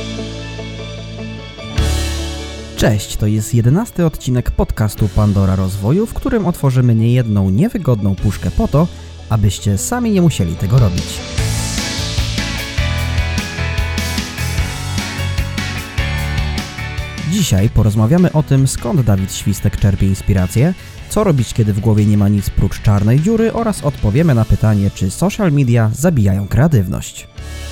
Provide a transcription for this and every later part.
Cześć, to jest 11. odcinek podcastu Pandora Rozwoju, w którym otworzymy niejedną niewygodną puszkę po to, abyście sami nie musieli tego robić. Dzisiaj porozmawiamy o tym, skąd Dawid Świstek czerpie inspirację, co robić, kiedy w głowie nie ma nic prócz czarnej dziury oraz odpowiemy na pytanie, czy social media zabijają kreatywność.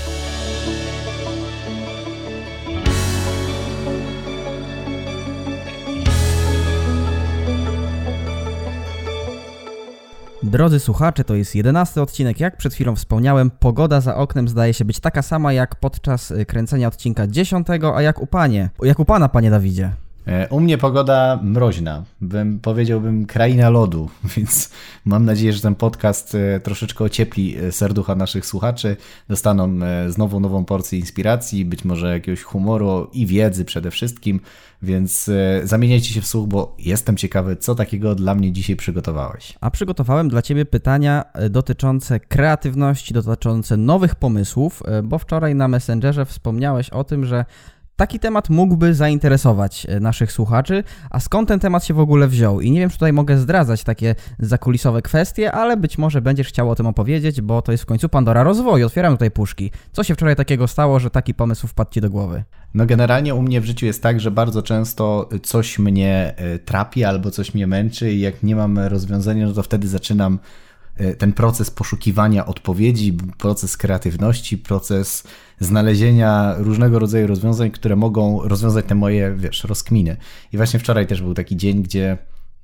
Drodzy słuchacze, to jest 11. odcinek. Jak przed chwilą wspomniałem, pogoda za oknem zdaje się być taka sama jak podczas kręcenia odcinka 10, a jak u pana, panie Dawidzie? U mnie pogoda mroźna, powiedziałbym kraina lodu, więc mam nadzieję, że ten podcast troszeczkę ociepli serducha naszych słuchaczy, dostaną znowu nową porcję inspiracji, być może jakiegoś humoru i wiedzy przede wszystkim, więc zamieniajcie się w słuch, bo jestem ciekawy, co takiego dla mnie dzisiaj przygotowałeś. A przygotowałem dla Ciebie pytania dotyczące kreatywności, dotyczące nowych pomysłów, bo wczoraj na Messengerze wspomniałeś o tym, że taki temat mógłby zainteresować naszych słuchaczy, a skąd ten temat się w ogóle wziął? I nie wiem, czy tutaj mogę zdradzać takie zakulisowe kwestie, ale być może będziesz chciał o tym opowiedzieć, bo to jest w końcu Pandora Rozwoju, otwieram tutaj puszki. Co się wczoraj takiego stało, że taki pomysł wpadł Ci do głowy? No generalnie u mnie w życiu jest tak, że bardzo często coś mnie trapi albo coś mnie męczy i jak nie mam rozwiązania, no to wtedy zaczynam ten proces poszukiwania odpowiedzi, proces kreatywności, proces znalezienia różnego rodzaju rozwiązań, które mogą rozwiązać te moje, rozkminy. I właśnie wczoraj też był taki dzień, gdzie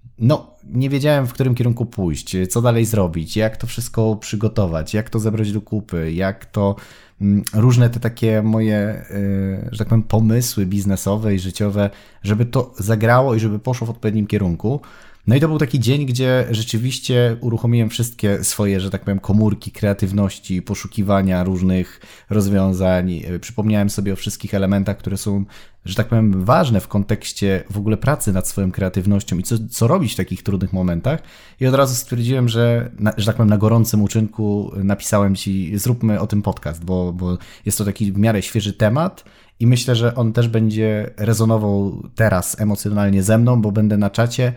nie wiedziałem, w którym kierunku pójść, co dalej zrobić, jak to wszystko przygotować, jak to zebrać do kupy, jak to różne te takie moje, że tak powiem, pomysły biznesowe i życiowe, żeby to zagrało i żeby poszło w odpowiednim kierunku. No i to był taki dzień, gdzie rzeczywiście uruchomiłem wszystkie swoje, że tak powiem, komórki kreatywności, poszukiwania różnych rozwiązań. Przypomniałem sobie o wszystkich elementach, które są, że tak powiem, ważne w kontekście w ogóle pracy nad swoją kreatywnością i co robić w takich trudnych momentach. I od razu stwierdziłem, że tak powiem, na gorącym uczynku napisałem Ci, zróbmy o tym podcast, bo jest to taki w miarę świeży temat. I myślę, że on też będzie rezonował teraz emocjonalnie ze mną, bo będę na czacie,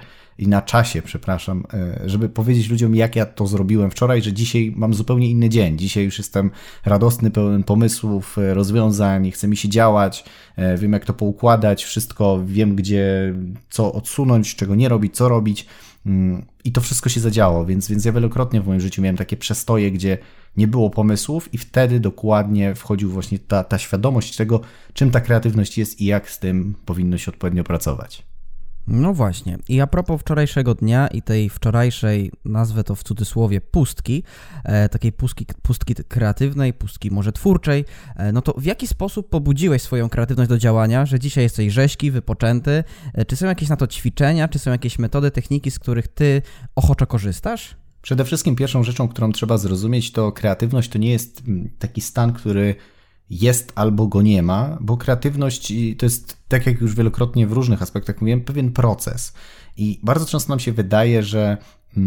żeby powiedzieć ludziom, jak ja to zrobiłem wczoraj, że dzisiaj mam zupełnie inny dzień. Dzisiaj już jestem radosny, pełen pomysłów, rozwiązań, chce mi się działać, wiem jak to poukładać, wszystko, wiem gdzie, co odsunąć, czego nie robić, co robić. I to wszystko się zadziało, więc ja wielokrotnie w moim życiu miałem takie przestoje, gdzie nie było pomysłów i wtedy dokładnie wchodził właśnie ta świadomość tego, czym ta kreatywność jest i jak z tym powinno się odpowiednio pracować. No właśnie. I a propos wczorajszego dnia i tej wczorajszej, nazwę to w cudzysłowie, pustki, takiej pustki kreatywnej, pustki może twórczej, no to w jaki sposób pobudziłeś swoją kreatywność do działania, że dzisiaj jesteś rzeźki, wypoczęty? Czy są jakieś na to ćwiczenia, czy są jakieś metody, techniki, z których ty ochoczo korzystasz? Przede wszystkim pierwszą rzeczą, którą trzeba zrozumieć, to kreatywność to nie jest taki stan, który jest albo go nie ma, bo kreatywność to jest, tak jak już wielokrotnie w różnych aspektach mówiłem, pewien proces. I bardzo często nam się wydaje, że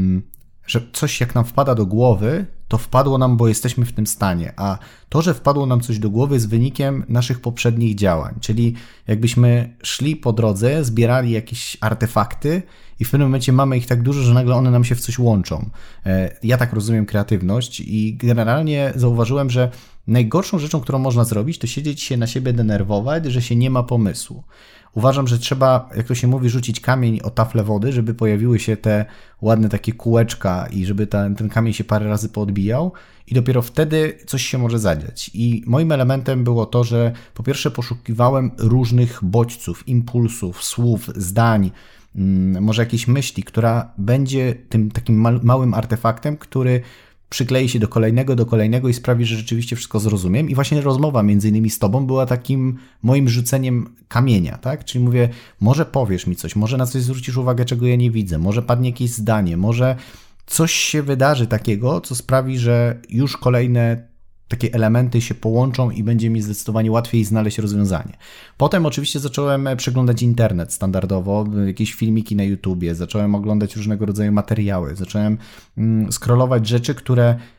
coś jak nam wpada do głowy, to wpadło nam, bo jesteśmy w tym stanie, a to, że wpadło nam coś do głowy jest wynikiem naszych poprzednich działań, czyli jakbyśmy szli po drodze, zbierali jakieś artefakty i w pewnym momencie mamy ich tak dużo, że nagle one nam się w coś łączą. Ja tak rozumiem kreatywność i generalnie zauważyłem, że najgorszą rzeczą, którą można zrobić, to siedzieć się na siebie denerwować, że się nie ma pomysłu. Uważam, że trzeba, jak to się mówi, rzucić kamień o taflę wody, żeby pojawiły się te ładne takie kółeczka i żeby ten kamień się parę razy poodbijał i dopiero wtedy coś się może zadziać. I moim elementem było to, że po pierwsze poszukiwałem różnych bodźców, impulsów, słów, zdań, może jakiejś myśli, która będzie tym takim małym artefaktem, który przyklei się do kolejnego i sprawi, że rzeczywiście wszystko zrozumiem. I właśnie rozmowa między innymi z tobą była takim moim rzuceniem kamienia, tak? Czyli mówię, może powiesz mi coś, może na coś zwrócisz uwagę, czego ja nie widzę, może padnie jakieś zdanie, może coś się wydarzy takiego, co sprawi, że już kolejne takie elementy się połączą i będzie mi zdecydowanie łatwiej znaleźć rozwiązanie. Potem oczywiście zacząłem przeglądać internet standardowo, jakieś filmiki na YouTubie, zacząłem oglądać różnego rodzaju materiały, zacząłem scrollować rzeczy, które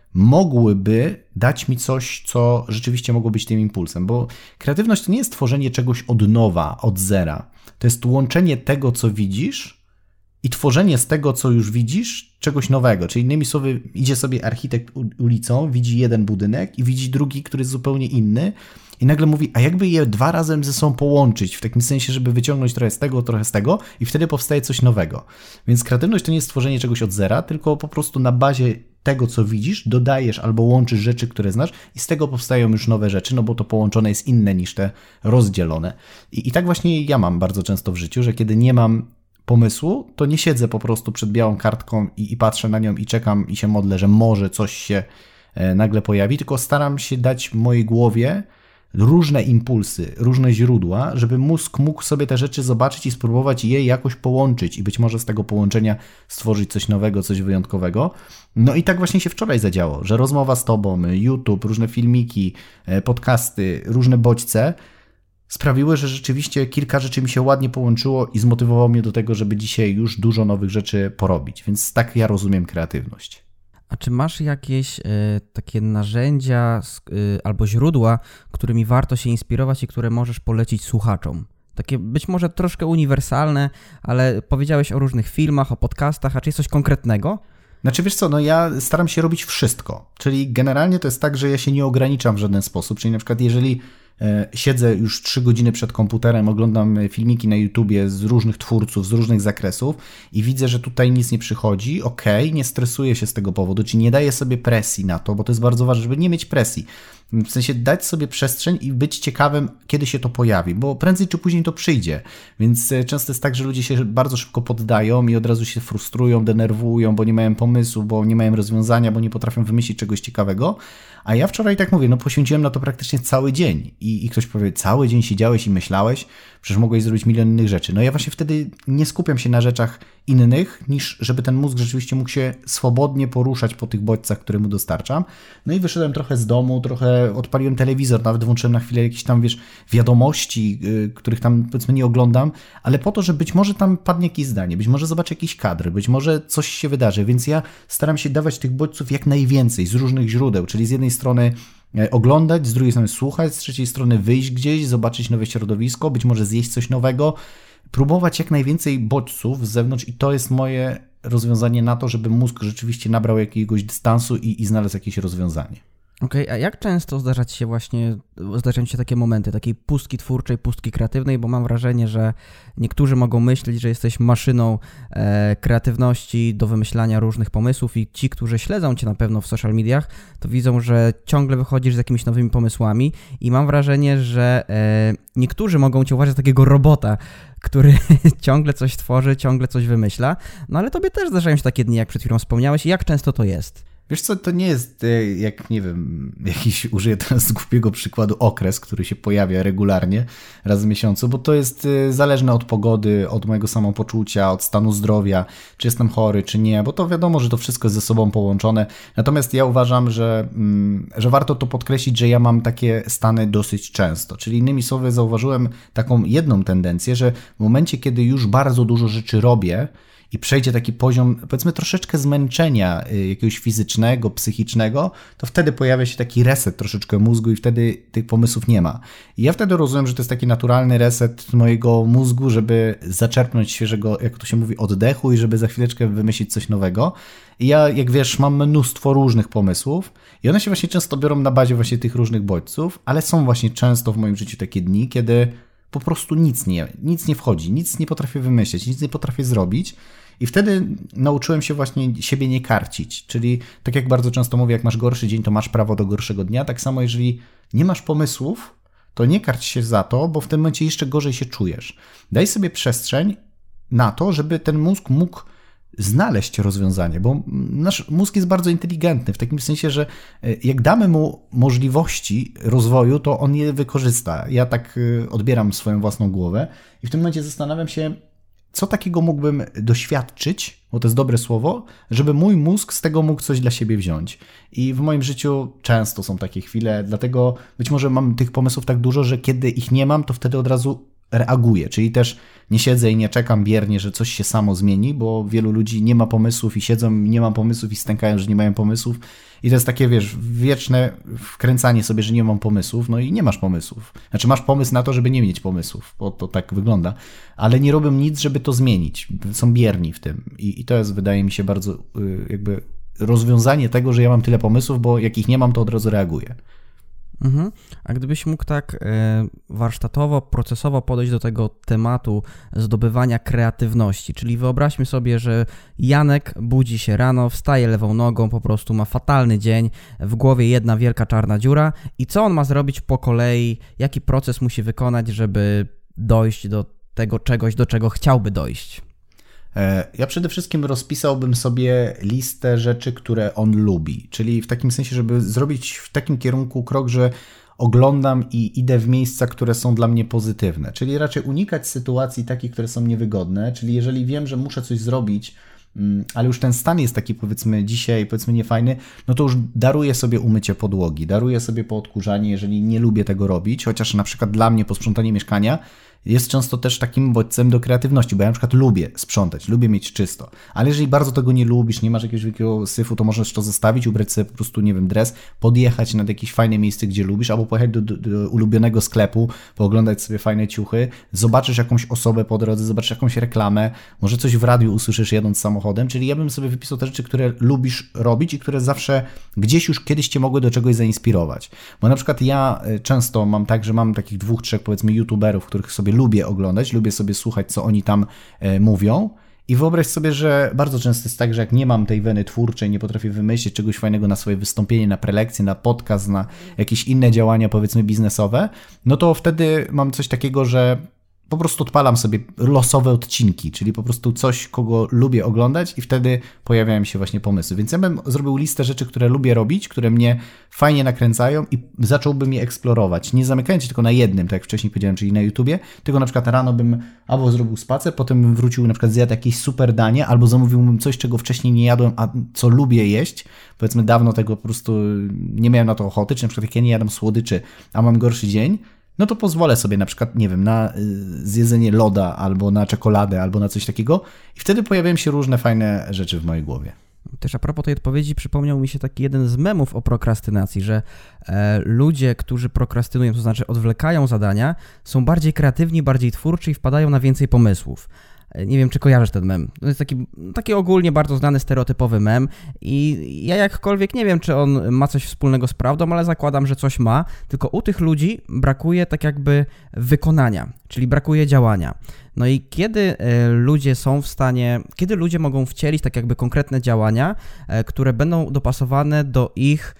mogłyby dać mi coś, co rzeczywiście mogło być tym impulsem, bo kreatywność to nie jest tworzenie czegoś od nowa, od zera. To jest łączenie tego, co widzisz i tworzenie z tego, co już widzisz, czegoś nowego. Czyli innymi słowy, idzie sobie architekt ulicą, widzi jeden budynek i widzi drugi, który jest zupełnie inny i nagle mówi, a jakby je dwa razem ze sobą połączyć, w takim sensie, żeby wyciągnąć trochę z tego i wtedy powstaje coś nowego. Więc kreatywność to nie jest tworzenie czegoś od zera, tylko po prostu na bazie tego, co widzisz, dodajesz albo łączysz rzeczy, które znasz i z tego powstają już nowe rzeczy, no bo to połączone jest inne niż te rozdzielone. I tak właśnie ja mam bardzo często w życiu, że kiedy nie mam pomysłu, to nie siedzę po prostu przed białą kartką i patrzę na nią i czekam i się modlę, że może coś się nagle pojawi, tylko staram się dać mojej głowie różne impulsy, różne źródła, żeby mózg mógł sobie te rzeczy zobaczyć i spróbować je jakoś połączyć i być może z tego połączenia stworzyć coś nowego, coś wyjątkowego. No i tak właśnie się wczoraj zadziało, że rozmowa z tobą, YouTube, różne filmiki, podcasty, różne bodźce sprawiły, że rzeczywiście kilka rzeczy mi się ładnie połączyło i zmotywowało mnie do tego, żeby dzisiaj już dużo nowych rzeczy porobić. Więc tak ja rozumiem kreatywność. A czy masz jakieś takie narzędzia albo źródła, którymi warto się inspirować i które możesz polecić słuchaczom? Takie być może troszkę uniwersalne, ale powiedziałeś o różnych filmach, o podcastach, a czy jest coś konkretnego? Znaczy wiesz co, no ja staram się robić wszystko, czyli generalnie to jest tak, że ja się nie ograniczam w żaden sposób, czyli na przykład jeżeli siedzę już 3 godziny przed komputerem, oglądam filmiki na YouTubie z różnych twórców, z różnych zakresów i widzę, że tutaj nic nie przychodzi, nie stresuję się z tego powodu, czyli nie daję sobie presji na to, bo to jest bardzo ważne, żeby nie mieć presji. W sensie dać sobie przestrzeń i być ciekawym, kiedy się to pojawi, bo prędzej czy później to przyjdzie. Więc często jest tak, że ludzie się bardzo szybko poddają i od razu się frustrują, denerwują, bo nie mają pomysłu, bo nie mają rozwiązania, bo nie potrafią wymyślić czegoś ciekawego. A ja wczoraj, tak mówię, poświęciłem na to praktycznie cały dzień. I ktoś powie, cały dzień siedziałeś i myślałeś, przecież mogłeś zrobić milion innych rzeczy. No ja właśnie wtedy nie skupiam się na rzeczach innych, niż żeby ten mózg rzeczywiście mógł się swobodnie poruszać po tych bodźcach, które mu dostarczam. No i wyszedłem trochę z domu, trochę odpaliłem telewizor, nawet włączyłem na chwilę jakieś tam, wiadomości, których tam powiedzmy nie oglądam, ale po to, że być może tam padnie jakieś zdanie, być może zobaczę jakiś kadr, być może coś się wydarzy, więc ja staram się dawać tych bodźców jak najwięcej z różnych źródeł, czyli z jednej strony oglądać, z drugiej strony słuchać, z trzeciej strony wyjść gdzieś, zobaczyć nowe środowisko, być może zjeść coś nowego, próbować jak najwięcej bodźców z zewnątrz i to jest moje rozwiązanie na to, żeby mózg rzeczywiście nabrał jakiegoś dystansu i znalazł jakieś rozwiązanie. Okej, a jak często zdarzają się takie momenty, takiej pustki twórczej, pustki kreatywnej, bo mam wrażenie, że niektórzy mogą myśleć, że jesteś maszyną kreatywności do wymyślania różnych pomysłów i ci, którzy śledzą cię na pewno w social mediach, to widzą, że ciągle wychodzisz z jakimiś nowymi pomysłami i mam wrażenie, że niektórzy mogą cię uważać za takiego robota, który ciągle coś tworzy, ciągle coś wymyśla, no ale tobie też zdarzają się takie dni, jak przed chwilą wspomniałeś. Jak często to jest? Wiesz co, to nie jest jak, nie wiem, jakiś, użyję teraz głupiego przykładu, okres, który się pojawia regularnie raz w miesiącu, bo to jest zależne od pogody, od mojego samopoczucia, od stanu zdrowia, czy jestem chory, czy nie, bo to wiadomo, że to wszystko jest ze sobą połączone. Natomiast ja uważam, że warto to podkreślić, że ja mam takie stany dosyć często. Czyli innymi słowy zauważyłem taką jedną tendencję, że w momencie, kiedy już bardzo dużo rzeczy robię, i przejdzie taki poziom, powiedzmy, troszeczkę zmęczenia jakiegoś fizycznego, psychicznego, to wtedy pojawia się taki reset troszeczkę mózgu i wtedy tych pomysłów nie ma. I ja wtedy rozumiem, że to jest taki naturalny reset mojego mózgu, żeby zaczerpnąć świeżego, jak to się mówi, oddechu i żeby za chwileczkę wymyślić coś nowego. I ja, jak wiesz, mam mnóstwo różnych pomysłów i one się właśnie często biorą na bazie właśnie tych różnych bodźców, ale są właśnie często w moim życiu takie dni, kiedy po prostu nic nie wchodzi, nic nie potrafię wymyśleć, nic nie potrafię zrobić i wtedy nauczyłem się właśnie siebie nie karcić, czyli tak jak bardzo często mówię, jak masz gorszy dzień, to masz prawo do gorszego dnia, tak samo jeżeli nie masz pomysłów, to nie karć się za to, bo w tym momencie jeszcze gorzej się czujesz. Daj sobie przestrzeń na to, żeby ten mózg mógł znaleźć rozwiązanie, bo nasz mózg jest bardzo inteligentny, w takim sensie, że jak damy mu możliwości rozwoju, to on je wykorzysta. Ja tak odbieram swoją własną głowę i w tym momencie zastanawiam się, co takiego mógłbym doświadczyć, bo to jest dobre słowo, żeby mój mózg z tego mógł coś dla siebie wziąć. I w moim życiu często są takie chwile, dlatego być może mam tych pomysłów tak dużo, że kiedy ich nie mam, to wtedy od razu reaguję, czyli też nie siedzę i nie czekam biernie, że coś się samo zmieni, bo wielu ludzi nie ma pomysłów i siedzą, nie mam pomysłów i stękają, że nie mają pomysłów. I to jest takie, wiesz, wieczne wkręcanie sobie, że nie mam pomysłów, no i nie masz pomysłów. Znaczy masz pomysł na to, żeby nie mieć pomysłów, bo to tak wygląda, ale nie robią nic, żeby to zmienić. Są bierni w tym i to jest, wydaje mi się, bardzo jakby rozwiązanie tego, że ja mam tyle pomysłów, bo jak ich nie mam, to od razu reaguję. Mhm. A gdybyś mógł tak warsztatowo, procesowo podejść do tego tematu zdobywania kreatywności, czyli wyobraźmy sobie, że Janek budzi się rano, wstaje lewą nogą, po prostu ma fatalny dzień, w głowie jedna wielka czarna dziura i co on ma zrobić po kolei, jaki proces musi wykonać, żeby dojść do tego czegoś, do czego chciałby dojść? Ja przede wszystkim rozpisałbym sobie listę rzeczy, które on lubi, czyli w takim sensie, żeby zrobić w takim kierunku krok, że oglądam i idę w miejsca, które są dla mnie pozytywne, czyli raczej unikać sytuacji takich, które są niewygodne, czyli jeżeli wiem, że muszę coś zrobić, ale już ten stan jest taki powiedzmy dzisiaj, powiedzmy niefajny, no to już daruję sobie umycie podłogi, daruję sobie poodkurzanie, jeżeli nie lubię tego robić, chociaż na przykład dla mnie posprzątanie mieszkania jest często też takim bodźcem do kreatywności, bo ja na przykład lubię sprzątać, lubię mieć czysto, ale jeżeli bardzo tego nie lubisz, nie masz jakiegoś wielkiego syfu, to możesz to zostawić, ubrać sobie po prostu, nie wiem, dres, podjechać nad jakieś fajne miejsce, gdzie lubisz, albo pojechać do ulubionego sklepu, pooglądać sobie fajne ciuchy, zobaczysz jakąś osobę po drodze, zobaczysz jakąś reklamę, może coś w radiu usłyszysz jedąc samochodem, czyli ja bym sobie wypisał te rzeczy, które lubisz robić i które zawsze gdzieś już kiedyś cię mogły do czegoś zainspirować. Bo na przykład ja często mam tak, że mam takich 2-3 powiedzmy youtuberów, których sobie lubię oglądać, lubię sobie słuchać, co oni tam mówią i wyobraź sobie, że bardzo często jest tak, że jak nie mam tej weny twórczej, nie potrafię wymyślić czegoś fajnego na swoje wystąpienie, na prelekcję, na podcast, na jakieś inne działania powiedzmy biznesowe, no to wtedy mam coś takiego, że po prostu odpalam sobie losowe odcinki, czyli po prostu coś, kogo lubię oglądać i wtedy pojawiają się właśnie pomysły. Więc ja bym zrobił listę rzeczy, które lubię robić, które mnie fajnie nakręcają i zacząłbym je eksplorować. Nie zamykając się tylko na jednym, tak jak wcześniej powiedziałem, czyli na YouTubie, tylko na przykład rano bym albo zrobił spacer, potem bym wrócił, na przykład zjadł jakieś super danie, albo zamówiłbym coś, czego wcześniej nie jadłem, a co lubię jeść. Powiedzmy dawno tego po prostu nie miałem na to ochoty, czy na przykład jak ja nie jadam słodyczy, a mam gorszy dzień, no to pozwolę sobie na przykład, nie wiem, na zjedzenie loda, albo na czekoladę, albo na coś takiego i wtedy pojawiają się różne fajne rzeczy w mojej głowie. Też a propos tej odpowiedzi przypomniał mi się taki jeden z memów o prokrastynacji, że ludzie, którzy prokrastynują, to znaczy odwlekają zadania, są bardziej kreatywni, bardziej twórczy i wpadają na więcej pomysłów. Nie wiem, czy kojarzysz ten mem. To jest taki ogólnie bardzo znany, stereotypowy mem i ja jakkolwiek nie wiem, czy on ma coś wspólnego z prawdą, ale zakładam, że coś ma, tylko u tych ludzi brakuje tak jakby wykonania, czyli brakuje działania. No i kiedy ludzie są w stanie, kiedy ludzie mogą wcielić tak jakby konkretne działania, które będą dopasowane do ich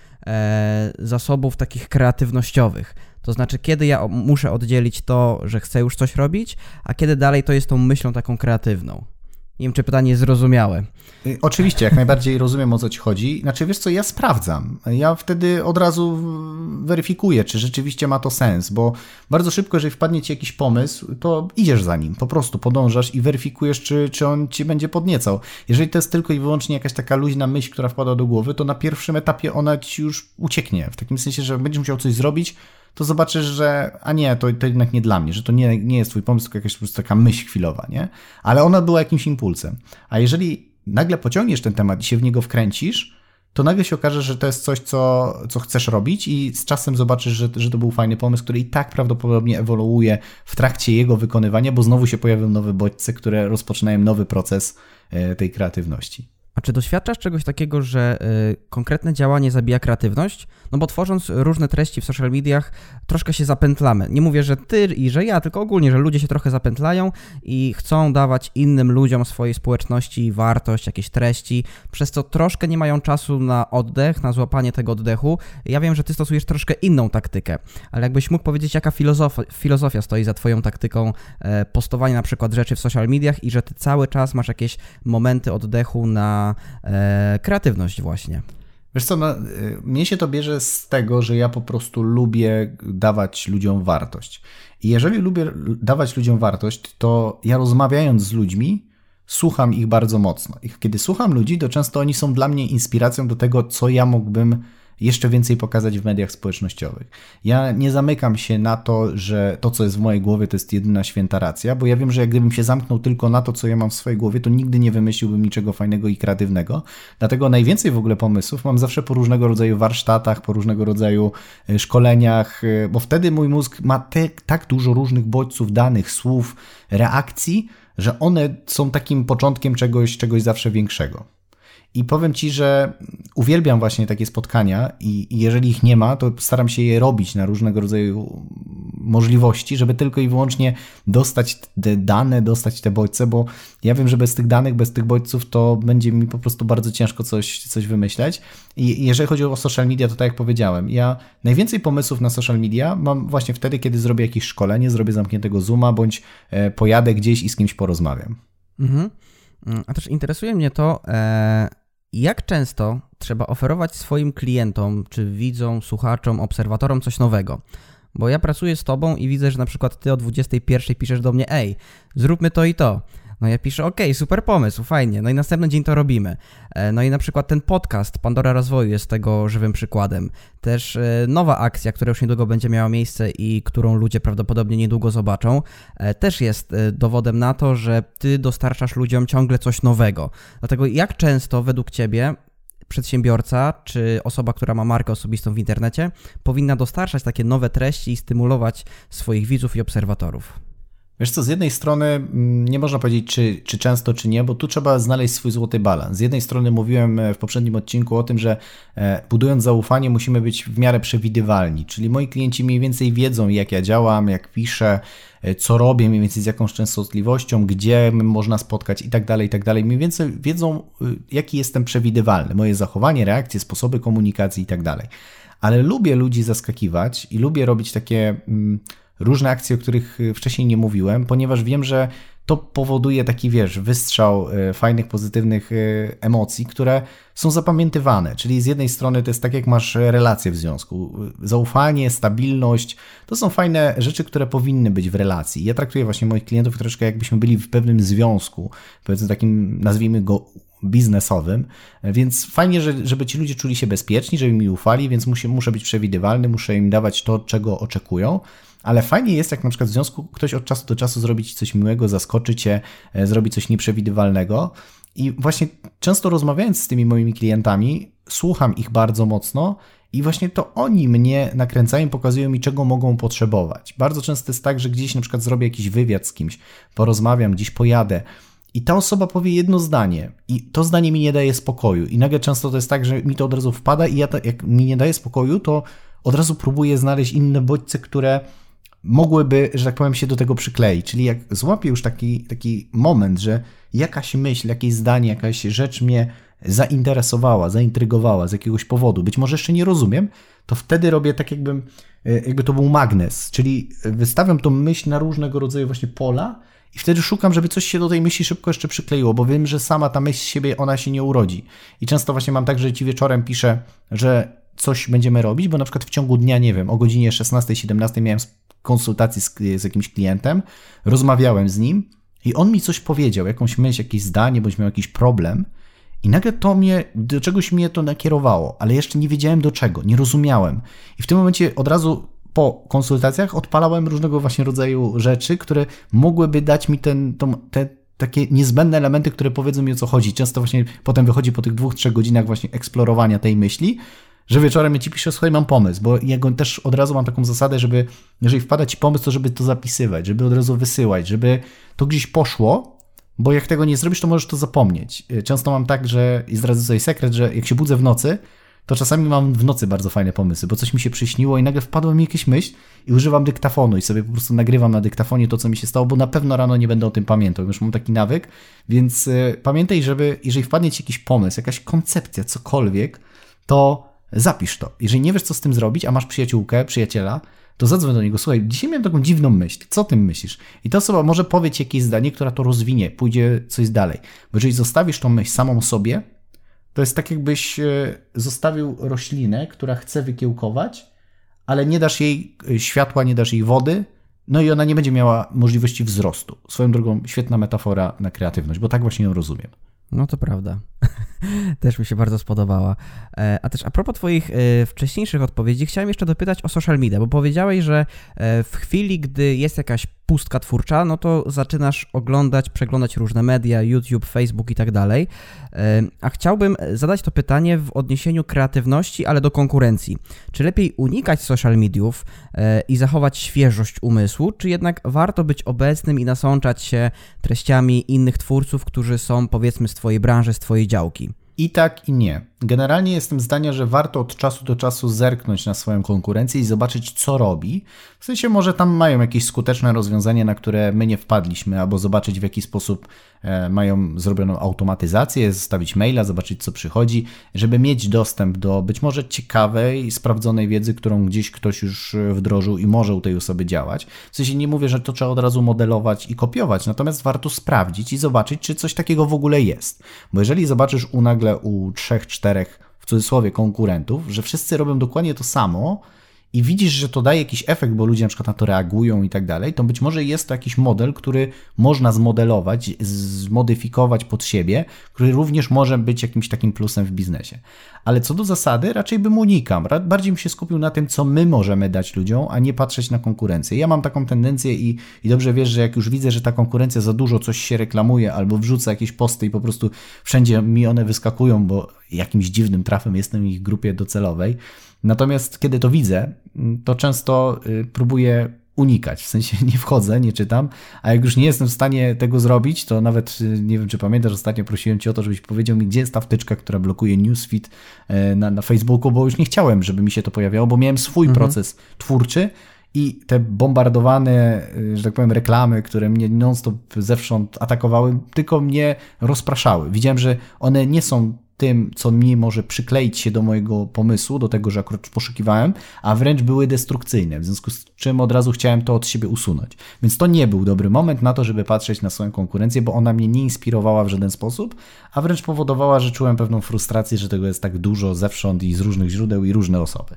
zasobów takich kreatywnościowych. To znaczy, kiedy ja muszę oddzielić to, że chcę już coś robić, a kiedy dalej to jest tą myślą taką kreatywną. Nie wiem, czy pytanie jest zrozumiałe. Oczywiście, jak najbardziej rozumiem, o co ci chodzi. Znaczy, wiesz co, ja sprawdzam. Ja wtedy od razu weryfikuję, czy rzeczywiście ma to sens, bo bardzo szybko, jeżeli wpadnie ci jakiś pomysł, to idziesz za nim, po prostu podążasz i weryfikujesz, czy on ci będzie podniecał. Jeżeli to jest tylko i wyłącznie jakaś taka luźna myśl, która wpada do głowy, to na pierwszym etapie ona ci już ucieknie. W takim sensie, że będziesz musiał coś zrobić, to zobaczysz, że a nie, to jednak nie dla mnie, że to nie jest twój pomysł, tylko jakaś po prostu taka myśl chwilowa, nie? Ale ona była jakimś impulsem. A jeżeli nagle pociągniesz ten temat i się w niego wkręcisz, to nagle się okaże, że to jest coś, co chcesz robić i z czasem zobaczysz, że to był fajny pomysł, który i tak prawdopodobnie ewoluuje w trakcie jego wykonywania, bo znowu się pojawią nowe bodźce, które rozpoczynają nowy proces tej kreatywności. A czy doświadczasz czegoś takiego, że konkretne działanie zabija kreatywność? No bo tworząc różne treści w social mediach troszkę się zapętlamy. Nie mówię, że ty i że ja, tylko ogólnie, że ludzie się trochę zapętlają i chcą dawać innym ludziom swojej społeczności wartość, jakieś treści, przez co troszkę nie mają czasu na oddech, na złapanie tego oddechu. Ja wiem, że ty stosujesz troszkę inną taktykę, ale jakbyś mógł powiedzieć, jaka filozofia stoi za twoją taktyką postowania na przykład rzeczy w social mediach i że ty cały czas masz jakieś momenty oddechu na kreatywność właśnie. Wiesz co, mnie się to bierze z tego, że ja po prostu lubię dawać ludziom wartość. I jeżeli lubię dawać ludziom wartość, to ja rozmawiając z ludźmi, słucham ich bardzo mocno. I kiedy słucham ludzi, to często oni są dla mnie inspiracją do tego, co ja mógłbym jeszcze więcej pokazać w mediach społecznościowych. Ja nie zamykam się na to, że to, co jest w mojej głowie, to jest jedyna święta racja, bo ja wiem, że jak gdybym się zamknął tylko na to, co ja mam w swojej głowie, to nigdy nie wymyśliłbym niczego fajnego i kreatywnego. Dlatego najwięcej w ogóle pomysłów mam zawsze po różnego rodzaju warsztatach, po różnego rodzaju szkoleniach, bo wtedy mój mózg ma tak dużo różnych bodźców, danych, słów, reakcji, że one są takim początkiem czegoś zawsze większego. I powiem Ci, że uwielbiam właśnie takie spotkania i jeżeli ich nie ma, to staram się je robić na różnego rodzaju możliwości, żeby tylko i wyłącznie dostać te dane, dostać te bodźce, bo ja wiem, że bez tych danych, bez tych bodźców to będzie mi po prostu bardzo ciężko coś wymyśleć. I jeżeli chodzi o social media, to tak jak powiedziałem, ja najwięcej pomysłów na social media mam właśnie wtedy, kiedy zrobię jakieś szkolenie, zrobię zamkniętego Zooma, bądź pojadę gdzieś i z kimś porozmawiam. Mhm. A też interesuje mnie to, jak często trzeba oferować swoim klientom, czy widzom, słuchaczom, obserwatorom coś nowego. Bo ja pracuję z tobą i widzę, że na przykład ty o 21 piszesz do mnie, ej, zróbmy to i to. No ja piszę, okej, super pomysł, fajnie, no i następny dzień to robimy. No i na przykład ten podcast Pandora Rozwoju jest tego żywym przykładem. Też nowa akcja, która już niedługo będzie miała miejsce i którą ludzie prawdopodobnie niedługo zobaczą, też jest dowodem na to, że ty dostarczasz ludziom ciągle coś nowego. Dlatego jak często według ciebie przedsiębiorca czy osoba, która ma markę osobistą w internecie, powinna dostarczać takie nowe treści i stymulować swoich widzów i obserwatorów? Wiesz co, z jednej strony nie można powiedzieć, czy często, czy nie, bo tu trzeba znaleźć swój złoty balans. Z jednej strony mówiłem w poprzednim odcinku o tym, że budując zaufanie musimy być w miarę przewidywalni, czyli moi klienci mniej więcej wiedzą, jak ja działam, jak piszę, co robię, mniej więcej z jakąś częstotliwością, gdzie można spotkać i tak dalej, mniej więcej wiedzą, jaki jestem przewidywalny, moje zachowanie, reakcje, sposoby komunikacji i tak dalej. Ale lubię ludzi zaskakiwać i lubię robić takie różne akcje, o których wcześniej nie mówiłem, ponieważ wiem, że to powoduje taki, wystrzał fajnych, pozytywnych emocji, które są zapamiętywane. Czyli z jednej strony to jest tak, jak masz relacje w związku. Zaufanie, stabilność, to są fajne rzeczy, które powinny być w relacji. Ja traktuję właśnie moich klientów troszkę jakbyśmy byli w pewnym związku, powiedzmy takim, nazwijmy go biznesowym, więc fajnie, żeby ci ludzie czuli się bezpieczni, żeby mi ufali, więc muszę być przewidywalny, muszę im dawać to, czego oczekują. Ale fajnie jest, jak na przykład w związku ktoś od czasu do czasu zrobi ci coś miłego, zaskoczy cię, zrobi coś nieprzewidywalnego. I właśnie często rozmawiając z tymi moimi klientami, słucham ich bardzo mocno i właśnie to oni mnie nakręcają, pokazują mi, czego mogą potrzebować. Bardzo często jest tak, że gdzieś na przykład zrobię jakiś wywiad z kimś, porozmawiam, gdzieś pojadę i ta osoba powie jedno zdanie i to zdanie mi nie daje spokoju. I nagle często to jest tak, że mi to od razu wpada i jak mi nie daje spokoju, to od razu próbuję znaleźć inne bodźce, które mogłyby, że tak powiem, się do tego przykleić. Czyli jak złapię już taki moment, że jakaś myśl, jakieś zdanie, jakaś rzecz mnie zainteresowała, zaintrygowała z jakiegoś powodu, być może jeszcze nie rozumiem, to wtedy robię tak jakby to był magnes, czyli wystawiam tą myśl na różnego rodzaju właśnie pola i wtedy szukam, żeby coś się do tej myśli szybko jeszcze przykleiło, bo wiem, że sama ta myśl z siebie, ona się nie urodzi. I często właśnie mam tak, że ci wieczorem piszę, że coś będziemy robić, bo na przykład w ciągu dnia, nie wiem, o godzinie 16-17 miałem konsultację z jakimś klientem, rozmawiałem z nim i on mi coś powiedział, jakąś myśl, jakieś zdanie, bądź miał jakiś problem i nagle do czegoś mnie to nakierowało, ale jeszcze nie wiedziałem do czego, nie rozumiałem. I w tym momencie od razu po konsultacjach odpalałem różnego właśnie rodzaju rzeczy, które mogłyby dać mi te takie niezbędne elementy, które powiedzą mi, o co chodzi. Często właśnie potem wychodzi po tych 2-3 godzinach właśnie eksplorowania tej myśli, że wieczorem ja ci piszę, słuchaj, mam pomysł, bo ja go też od razu mam taką zasadę, żeby jeżeli wpada ci pomysł, to żeby to zapisywać, żeby od razu wysyłać, żeby to gdzieś poszło, bo jak tego nie zrobisz, to możesz to zapomnieć. Często mam tak, że i zdradzę sobie sekret, że jak się budzę w nocy, to czasami mam w nocy bardzo fajne pomysły, bo coś mi się przyśniło i nagle wpadła mi jakaś myśl i używam dyktafonu i sobie po prostu nagrywam na dyktafonie to, co mi się stało, bo na pewno rano nie będę o tym pamiętał, już mam taki nawyk, więc pamiętaj, jeżeli wpadnie ci jakiś pomysł, jakaś koncepcja, cokolwiek, to zapisz to. Jeżeli nie wiesz, co z tym zrobić, a masz przyjaciółkę, przyjaciela, to zadzwoń do niego, słuchaj, dzisiaj miałem taką dziwną myśl, co o tym myślisz? I ta osoba może powie ci jakieś zdanie, która to rozwinie, pójdzie coś dalej. Bo jeżeli zostawisz tą myśl samą sobie, to jest tak, jakbyś zostawił roślinę, która chce wykiełkować, ale nie dasz jej światła, nie dasz jej wody, no i ona nie będzie miała możliwości wzrostu. Swoją drogą, świetna metafora na kreatywność, bo tak właśnie ją rozumiem. No to prawda. Też mi się bardzo spodobała. A też a propos Twoich wcześniejszych odpowiedzi, chciałem jeszcze dopytać o social media, bo powiedziałeś, że w chwili, gdy jest jakaś pustka twórcza, no to zaczynasz przeglądać różne media, YouTube, Facebook i tak dalej. A chciałbym zadać to pytanie w odniesieniu kreatywności, ale do konkurencji. Czy lepiej unikać social mediów i zachować świeżość umysłu, czy jednak warto być obecnym i nasączać się treściami innych twórców, którzy są, powiedzmy, z Twojej branży, z Twojej działki? I tak, i nie. Generalnie jestem zdania, że warto od czasu do czasu zerknąć na swoją konkurencję i zobaczyć, co robi. W sensie może tam mają jakieś skuteczne rozwiązanie, na które my nie wpadliśmy, albo zobaczyć, w jaki sposób mają zrobioną automatyzację, zostawić maila, zobaczyć, co przychodzi, żeby mieć dostęp do być może ciekawej, sprawdzonej wiedzy, którą gdzieś ktoś już wdrożył i może u tej osoby działać. W sensie nie mówię, że to trzeba od razu modelować i kopiować, natomiast warto sprawdzić i zobaczyć, czy coś takiego w ogóle jest. Bo jeżeli zobaczysz nagle u 3-4 w cudzysłowie konkurentów, że wszyscy robią dokładnie to samo i widzisz, że to daje jakiś efekt, bo ludzie na przykład na to reagują i tak dalej, to być może jest to jakiś model, który można zmodelować, zmodyfikować pod siebie, który również może być jakimś takim plusem w biznesie. Ale co do zasady, raczej bym unikał. Bardziej bym się skupił na tym, co my możemy dać ludziom, a nie patrzeć na konkurencję. Ja mam taką tendencję i dobrze wiesz, że jak już widzę, że ta konkurencja za dużo coś się reklamuje albo wrzuca jakieś posty i po prostu wszędzie mi one wyskakują, bo jakimś dziwnym trafem jestem w ich grupie docelowej. Natomiast kiedy to widzę, to często próbuję unikać, w sensie nie wchodzę, nie czytam, a jak już nie jestem w stanie tego zrobić, to nawet, nie wiem czy pamiętasz, ostatnio prosiłem Cię o to, żebyś powiedział mi, gdzie jest ta wtyczka, która blokuje newsfead na Facebooku, bo już nie chciałem, żeby mi się to pojawiało, bo miałem swój proces twórczy i te bombardowane, że tak powiem, reklamy, które mnie non-stop zewsząd atakowały, tylko mnie rozpraszały. Widziałem, że one nie są tym, co mi może przykleić się do mojego pomysłu, do tego, że akurat poszukiwałem, a wręcz były destrukcyjne, w związku z czym od razu chciałem to od siebie usunąć. Więc to nie był dobry moment na to, żeby patrzeć na swoją konkurencję, bo ona mnie nie inspirowała w żaden sposób, a wręcz powodowała, że czułem pewną frustrację, że tego jest tak dużo zewsząd i z różnych źródeł i różne osoby.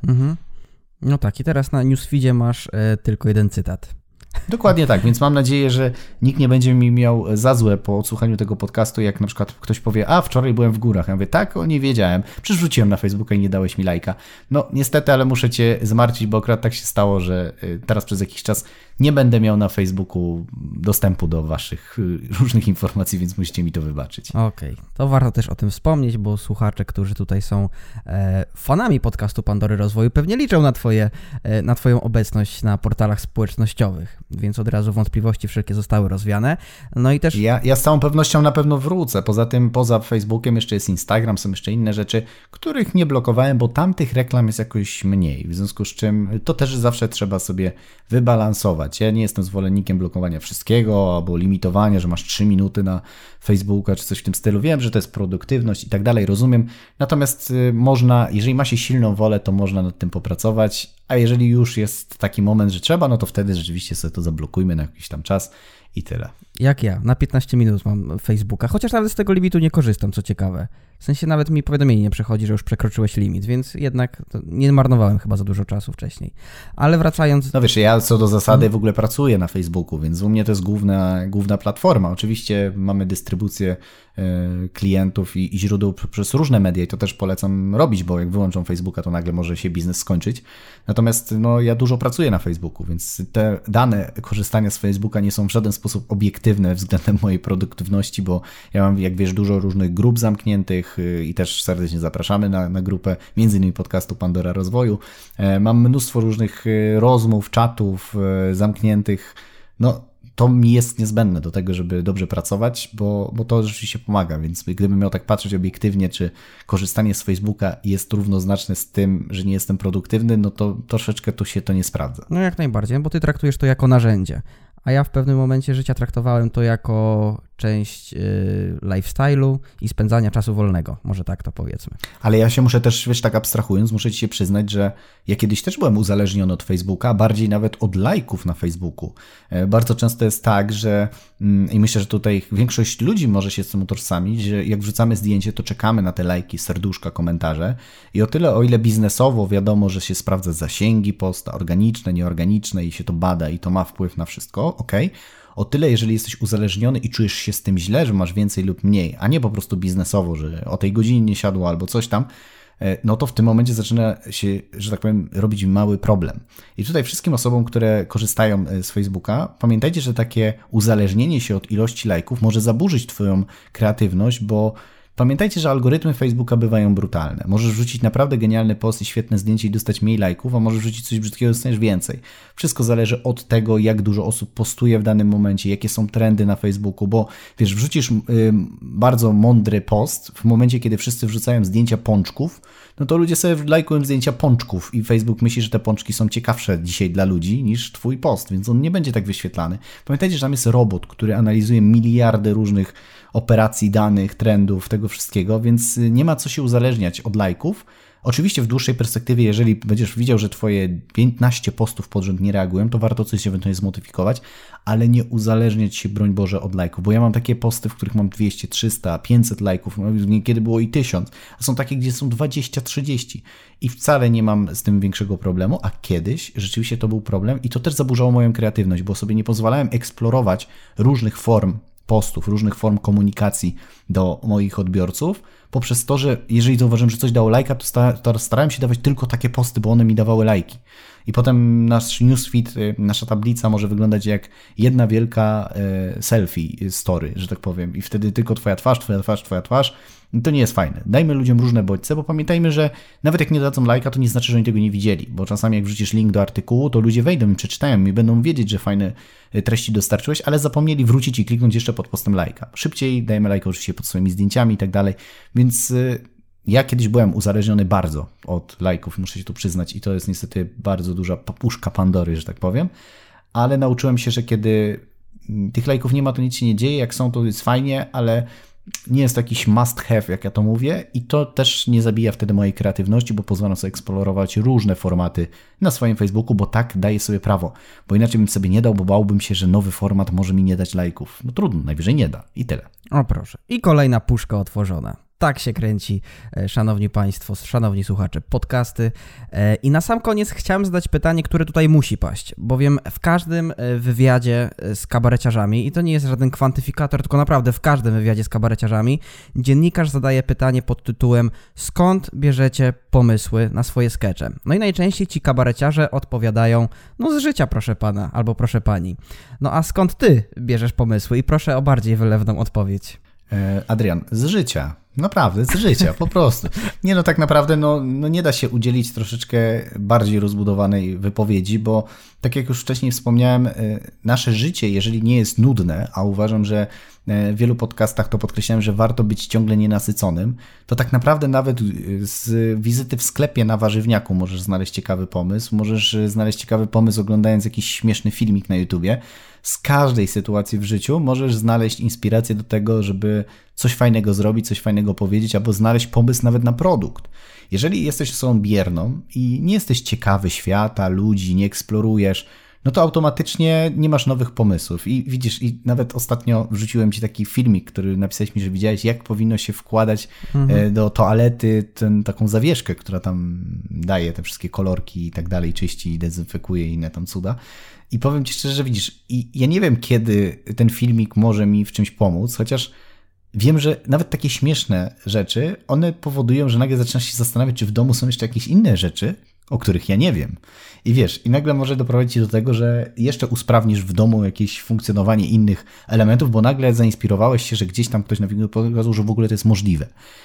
No tak, i teraz na newsfeedzie masz tylko jeden cytat. Dokładnie tak, więc mam nadzieję, że nikt nie będzie mi miał za złe po odsłuchaniu tego podcastu, jak na przykład ktoś powie, a wczoraj byłem w górach. Ja mówię, tak, nie wiedziałem, przecież wrzuciłem na Facebooka i nie dałeś mi lajka. No niestety, ale muszę Cię zmartwić, bo akurat tak się stało, że teraz przez jakiś czas nie będę miał na Facebooku dostępu do Waszych różnych informacji, więc musicie mi to wybaczyć. Okej, to warto też o tym wspomnieć, bo słuchacze, którzy tutaj są fanami podcastu Pandory Rozwoju, pewnie liczą na Twoją obecność na portalach społecznościowych, więc od razu wątpliwości wszelkie zostały rozwiane. No i też... Ja z całą pewnością na pewno wrócę. Poza tym, poza Facebookiem jeszcze jest Instagram, są jeszcze inne rzeczy, których nie blokowałem, bo tamtych reklam jest jakoś mniej, w związku z czym to też zawsze trzeba sobie wybalansować. Ja nie jestem zwolennikiem blokowania wszystkiego albo limitowania, że masz 3 minuty na Facebooka czy coś w tym stylu. Wiem, że to jest produktywność i tak dalej, rozumiem. Natomiast można, jeżeli ma się silną wolę, to można nad tym popracować, a jeżeli już jest taki moment, że trzeba, no to wtedy rzeczywiście sobie to zablokujmy na jakiś tam czas i tyle. Jak ja, na 15 minut mam Facebooka, chociaż nawet z tego limitu nie korzystam, co ciekawe. W sensie nawet mi powiadomienie nie przychodzi, że już przekroczyłeś limit, więc jednak nie marnowałem chyba za dużo czasu wcześniej. Ale wracając... No wiesz, ja co do zasady w ogóle pracuję na Facebooku, więc u mnie to jest główna platforma. Oczywiście mamy dystrybucję klientów i źródeł przez różne media i to też polecam robić, bo jak wyłączą Facebooka, to nagle może się biznes skończyć. Natomiast no, ja dużo pracuję na Facebooku, więc te dane korzystania z Facebooka nie są w żaden sposób obiektywne względem mojej produktywności, bo ja mam, jak wiesz, dużo różnych grup zamkniętych i też serdecznie zapraszamy na grupę, między innymi podcastu Pandora Rozwoju. Mam mnóstwo różnych rozmów, czatów zamkniętych. No, to mi jest niezbędne do tego, żeby dobrze pracować, bo to rzeczywiście pomaga, więc gdybym miał tak patrzeć obiektywnie, czy korzystanie z Facebooka jest równoznaczne z tym, że nie jestem produktywny, no to troszeczkę tu się to nie sprawdza. No jak najbardziej, bo ty traktujesz to jako narzędzie, a ja w pewnym momencie życia traktowałem to jako część lifestyle'u i spędzania czasu wolnego, może tak to powiedzmy. Ale ja się muszę też, wiesz, tak abstrahując, muszę Ci się przyznać, że ja kiedyś też byłem uzależniony od Facebooka, bardziej nawet od lajków na Facebooku. Bardzo często jest tak, że i myślę, że tutaj większość ludzi może się z tym utożsamić, że jak wrzucamy zdjęcie, to czekamy na te lajki, serduszka, komentarze i o ile biznesowo wiadomo, że się sprawdza zasięgi posta, organiczne, nieorganiczne i się to bada i to ma wpływ na wszystko, okej. O tyle, jeżeli jesteś uzależniony i czujesz się z tym źle, że masz więcej lub mniej, a nie po prostu biznesowo, że o tej godzinie nie siadło albo coś tam, no to w tym momencie zaczyna się, że tak powiem, robić mały problem. I tutaj wszystkim osobom, które korzystają z Facebooka, pamiętajcie, że takie uzależnienie się od ilości lajków może zaburzyć twoją kreatywność, bo pamiętajcie, że algorytmy Facebooka bywają brutalne. Możesz wrzucić naprawdę genialny post i świetne zdjęcie i dostać mniej lajków, a możesz wrzucić coś brzydkiego i dostaniesz więcej. Wszystko zależy od tego, jak dużo osób postuje w danym momencie, jakie są trendy na Facebooku, bo wiesz, wrzucisz bardzo mądry post w momencie, kiedy wszyscy wrzucają zdjęcia pączków, no to ludzie sobie lajkują zdjęcia pączków i Facebook myśli, że te pączki są ciekawsze dzisiaj dla ludzi niż twój post, więc on nie będzie tak wyświetlany. Pamiętajcie, że tam jest robot, który analizuje miliardy różnych operacji, danych, trendów, tego wszystkiego, więc nie ma co się uzależniać od lajków. Oczywiście w dłuższej perspektywie, jeżeli będziesz widział, że twoje 15 postów pod rząd nie reagują, to warto coś ewentualnie zmodyfikować, ale nie uzależniać się, broń Boże, od lajków, bo ja mam takie posty, w których mam 200, 300, 500 lajków, niekiedy było i 1000, a są takie, gdzie są 20, 30 i wcale nie mam z tym większego problemu, a kiedyś rzeczywiście to był problem i to też zaburzało moją kreatywność, bo sobie nie pozwalałem eksplorować różnych form postów, różnych form komunikacji do moich odbiorców, poprzez to, że jeżeli zauważyłem, że coś dało lajka, to starałem się dawać tylko takie posty, bo one mi dawały lajki. I potem nasz newsfeed, nasza tablica może wyglądać jak jedna wielka selfie story, że tak powiem. I wtedy tylko twoja twarz. I to nie jest fajne. Dajmy ludziom różne bodźce, bo pamiętajmy, że nawet jak nie dadzą lajka, to nie znaczy, że oni tego nie widzieli. Bo czasami jak wrzucisz link do artykułu, to ludzie wejdą i przeczytają i będą wiedzieć, że fajne treści dostarczyłeś, ale zapomnieli wrócić i kliknąć jeszcze pod postem lajka. Szybciej dajmy lajka oczywiście pod swoimi zdjęciami i tak dalej. Więc ja kiedyś byłem uzależniony bardzo od lajków, muszę się tu przyznać i to jest niestety bardzo duża puszka Pandory, że tak powiem, ale nauczyłem się, że kiedy tych lajków nie ma, to nic się nie dzieje, jak są, to jest fajnie, ale nie jest to jakiś must have, jak ja to mówię i to też nie zabija wtedy mojej kreatywności, bo pozwalam sobie eksplorować różne formaty na swoim Facebooku, bo tak daję sobie prawo, bo inaczej bym sobie nie dał, bo bałbym się, że nowy format może mi nie dać lajków. No trudno, najwyżej nie da i tyle. O proszę. I kolejna puszka otworzona. Tak się kręci, szanowni państwo, szanowni słuchacze, podcasty. I na sam koniec chciałem zadać pytanie, które tutaj musi paść, bowiem w każdym wywiadzie z kabareciarzami, i to nie jest żaden kwantyfikator, tylko naprawdę w każdym wywiadzie z kabareciarzami, dziennikarz zadaje pytanie pod tytułem: skąd bierzecie pomysły na swoje skecze? No i najczęściej ci kabareciarze odpowiadają: no z życia, proszę pana, albo proszę pani. No a skąd ty bierzesz pomysły? I proszę o bardziej wylewną odpowiedź. Adrian, z życia. Naprawdę, z życia, po prostu. Nie no, tak naprawdę no nie da się udzielić troszeczkę bardziej rozbudowanej wypowiedzi, bo tak jak już wcześniej wspomniałem, nasze życie, jeżeli nie jest nudne, a uważam, że w wielu podcastach to podkreślałem, że warto być ciągle nienasyconym, to tak naprawdę nawet z wizyty w sklepie na warzywniaku możesz znaleźć ciekawy pomysł, możesz znaleźć ciekawy pomysł oglądając jakiś śmieszny filmik na YouTubie. Z każdej sytuacji w życiu możesz znaleźć inspirację do tego, żeby coś fajnego zrobić, coś fajnego powiedzieć, albo znaleźć pomysł nawet na produkt. Jeżeli jesteś osobą bierną i nie jesteś ciekawy świata, ludzi, nie eksplorujesz, no to automatycznie nie masz nowych pomysłów. I widzisz, i nawet ostatnio wrzuciłem ci taki filmik, który napisałeś mi, że widziałeś, jak powinno się wkładać do toalety taką zawieszkę, która tam daje te wszystkie kolorki i tak dalej, czyści, dezynfekuje i inne tam cuda. I powiem ci szczerze, że widzisz, i ja nie wiem, kiedy ten filmik może mi w czymś pomóc, chociaż wiem, że nawet takie śmieszne rzeczy, one powodują, że nagle zaczynasz się zastanawiać, czy w domu są jeszcze jakieś inne rzeczy, o których ja nie wiem. I wiesz, i nagle może doprowadzić cię do tego, że jeszcze usprawnisz w domu jakieś funkcjonowanie innych elementów, bo nagle zainspirowałeś się, że gdzieś tam ktoś na filmie pokazał, że w ogóle to jest możliwe.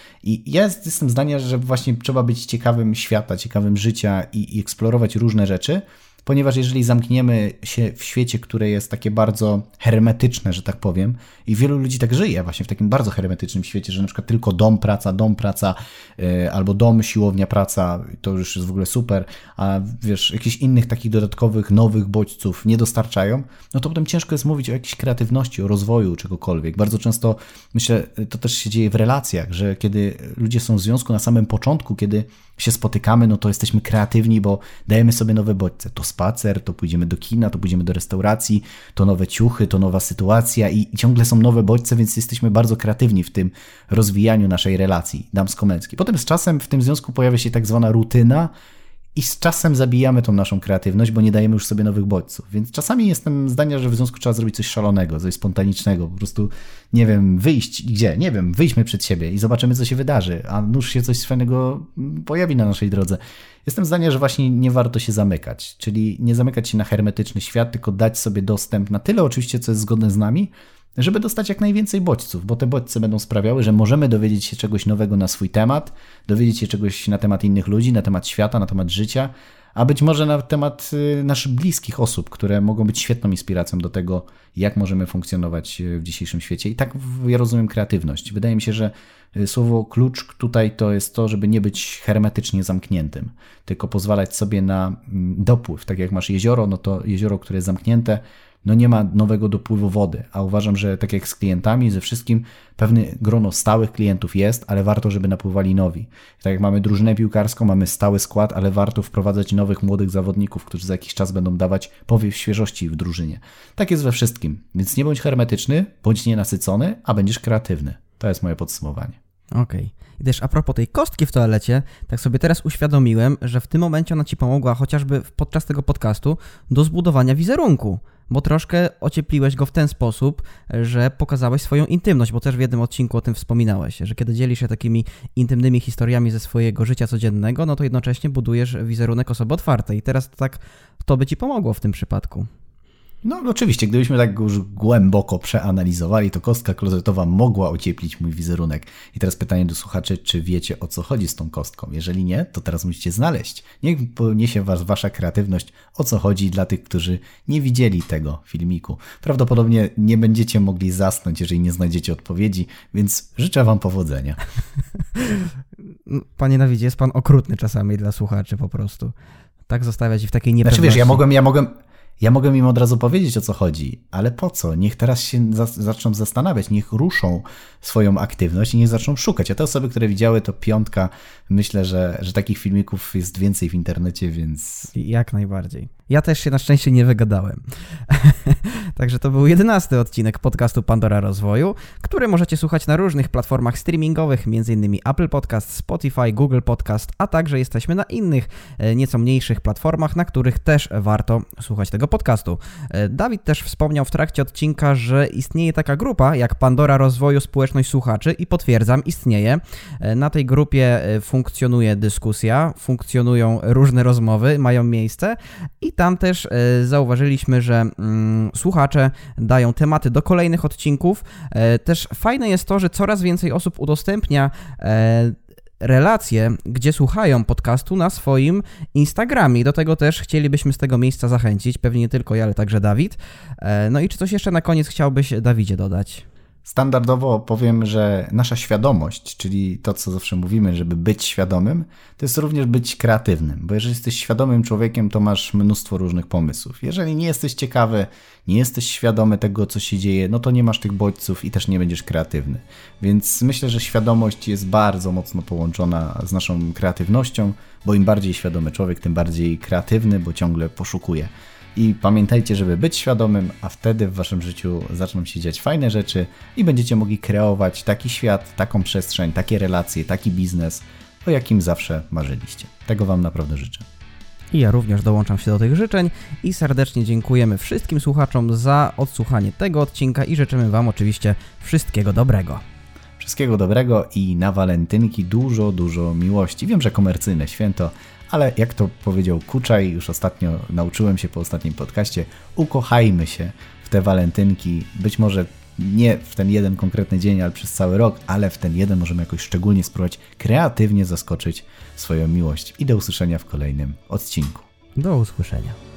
I ja jestem zdania, że właśnie trzeba być ciekawym świata, ciekawym życia i eksplorować różne rzeczy, ponieważ jeżeli zamkniemy się w świecie, które jest takie bardzo hermetyczne, że tak powiem, i wielu ludzi tak żyje właśnie w takim bardzo hermetycznym świecie, że na przykład tylko dom, praca, albo dom, siłownia, praca, to już jest w ogóle super, a wiesz, jakichś innych takich dodatkowych, nowych bodźców nie dostarczają, no to potem ciężko jest mówić o jakiejś kreatywności, o rozwoju czegokolwiek. Bardzo często, myślę, to też się dzieje w relacjach, że kiedy ludzie są w związku na samym początku, kiedy się spotykamy, no to jesteśmy kreatywni, bo dajemy sobie nowe bodźce. To spacer, to pójdziemy do kina, to pójdziemy do restauracji, to nowe ciuchy, to nowa sytuacja i ciągle są nowe bodźce, więc jesteśmy bardzo kreatywni w tym rozwijaniu naszej relacji damsko-męskiej. Potem z czasem w tym związku pojawia się tak zwana rutyna i z czasem zabijamy tą naszą kreatywność, bo nie dajemy już sobie nowych bodźców. Więc czasami jestem zdania, że w związku trzeba zrobić coś szalonego, coś spontanicznego, po prostu, nie wiem, wyjść gdzie, nie wiem, wyjdźmy przed siebie i zobaczymy, co się wydarzy, a nuż się coś fajnego pojawi na naszej drodze. Jestem zdania, że właśnie nie warto się zamykać, czyli nie zamykać się na hermetyczny świat, tylko dać sobie dostęp na tyle oczywiście, co jest zgodne z nami, żeby dostać jak najwięcej bodźców, bo te bodźce będą sprawiały, że możemy dowiedzieć się czegoś nowego na swój temat, dowiedzieć się czegoś na temat innych ludzi, na temat świata, na temat życia, a być może na temat naszych bliskich osób, które mogą być świetną inspiracją do tego, jak możemy funkcjonować w dzisiejszym świecie. I tak ja rozumiem kreatywność. Wydaje mi się, że słowo klucz tutaj to jest to, żeby nie być hermetycznie zamkniętym, tylko pozwalać sobie na dopływ. Tak jak masz jezioro, no to jezioro, które jest zamknięte, no nie ma nowego dopływu wody, a uważam, że tak jak z klientami, ze wszystkim, pewne grono stałych klientów jest, ale warto, żeby napływali nowi. Tak jak mamy drużynę piłkarską, mamy stały skład, ale warto wprowadzać nowych, młodych zawodników, którzy za jakiś czas będą dawać powiew świeżości w drużynie. Tak jest we wszystkim, więc nie bądź hermetyczny, bądź nienasycony, a będziesz kreatywny. To jest moje podsumowanie. Okej. I też a propos tej kostki w toalecie, tak sobie teraz uświadomiłem, że w tym momencie ona Ci pomogła chociażby podczas tego podcastu do zbudowania wizerunku, bo troszkę ociepliłeś go w ten sposób, że pokazałeś swoją intymność, bo też w jednym odcinku o tym wspominałeś, że kiedy dzielisz się takimi intymnymi historiami ze swojego życia codziennego, no to jednocześnie budujesz wizerunek osoby otwartej. I teraz to by Ci pomogło w tym przypadku. No oczywiście, gdybyśmy tak już głęboko przeanalizowali, to kostka klozetowa mogła ocieplić mój wizerunek. I teraz pytanie do słuchaczy, czy wiecie, o co chodzi z tą kostką? Jeżeli nie, to teraz musicie znaleźć. Niech poniesie was wasza kreatywność, o co chodzi dla tych, którzy nie widzieli tego filmiku. Prawdopodobnie nie będziecie mogli zasnąć, jeżeli nie znajdziecie odpowiedzi, więc życzę wam powodzenia. Panie Dawidzie, jest pan okrutny czasami dla słuchaczy po prostu. Tak zostawiać ich w takiej niepewności. Znaczy wiesz, ja mogę im od razu powiedzieć, o co chodzi, ale po co? Niech teraz się zaczną zastanawiać, niech ruszą swoją aktywność i niech zaczną szukać. A te osoby, które widziały, to 5. Myślę, że takich filmików jest więcej w internecie, więc... Jak najbardziej. Ja też się na szczęście nie wygadałem. Także to był 11. odcinek podcastu Pandora Rozwoju, który możecie słuchać na różnych platformach streamingowych, m.in. Apple Podcast, Spotify, Google Podcast, a także jesteśmy na innych, nieco mniejszych platformach, na których też warto słuchać tego podcastu. Dawid też wspomniał w trakcie odcinka, że istnieje taka grupa jak Pandora Rozwoju Społeczność Słuchaczy i potwierdzam, istnieje. Na tej grupie funkcjonuje dyskusja, funkcjonują różne rozmowy, mają miejsce i tam też zauważyliśmy, że słuchacze dają tematy do kolejnych odcinków. Też fajne jest to, że coraz więcej osób udostępnia relacje, gdzie słuchają podcastu na swoim Instagramie. Do tego też chcielibyśmy z tego miejsca zachęcić, pewnie nie tylko ja, ale także Dawid. No i czy coś jeszcze na koniec chciałbyś, Dawidzie, dodać? Standardowo powiem, że nasza świadomość, czyli to, co zawsze mówimy, żeby być świadomym, to jest również być kreatywnym, bo jeżeli jesteś świadomym człowiekiem, to masz mnóstwo różnych pomysłów. Jeżeli nie jesteś ciekawy, nie jesteś świadomy tego, co się dzieje, no to nie masz tych bodźców i też nie będziesz kreatywny. Więc myślę, że świadomość jest bardzo mocno połączona z naszą kreatywnością, bo im bardziej świadomy człowiek, tym bardziej kreatywny, bo ciągle poszukuje. I pamiętajcie, żeby być świadomym, a wtedy w waszym życiu zaczną się dziać fajne rzeczy i będziecie mogli kreować taki świat, taką przestrzeń, takie relacje, taki biznes, o jakim zawsze marzyliście. Tego wam naprawdę życzę. I ja również dołączam się do tych życzeń i serdecznie dziękujemy wszystkim słuchaczom za odsłuchanie tego odcinka i życzymy wam oczywiście wszystkiego dobrego. Wszystkiego dobrego i na walentynki dużo, dużo miłości. Wiem, że komercyjne święto, ale jak to powiedział Kuczaj, już ostatnio nauczyłem się po ostatnim podcaście, ukochajmy się w te walentynki, być może nie w ten jeden konkretny dzień, ale przez cały rok, ale w ten jeden możemy jakoś szczególnie spróbować kreatywnie zaskoczyć swoją miłość. I do usłyszenia w kolejnym odcinku. Do usłyszenia.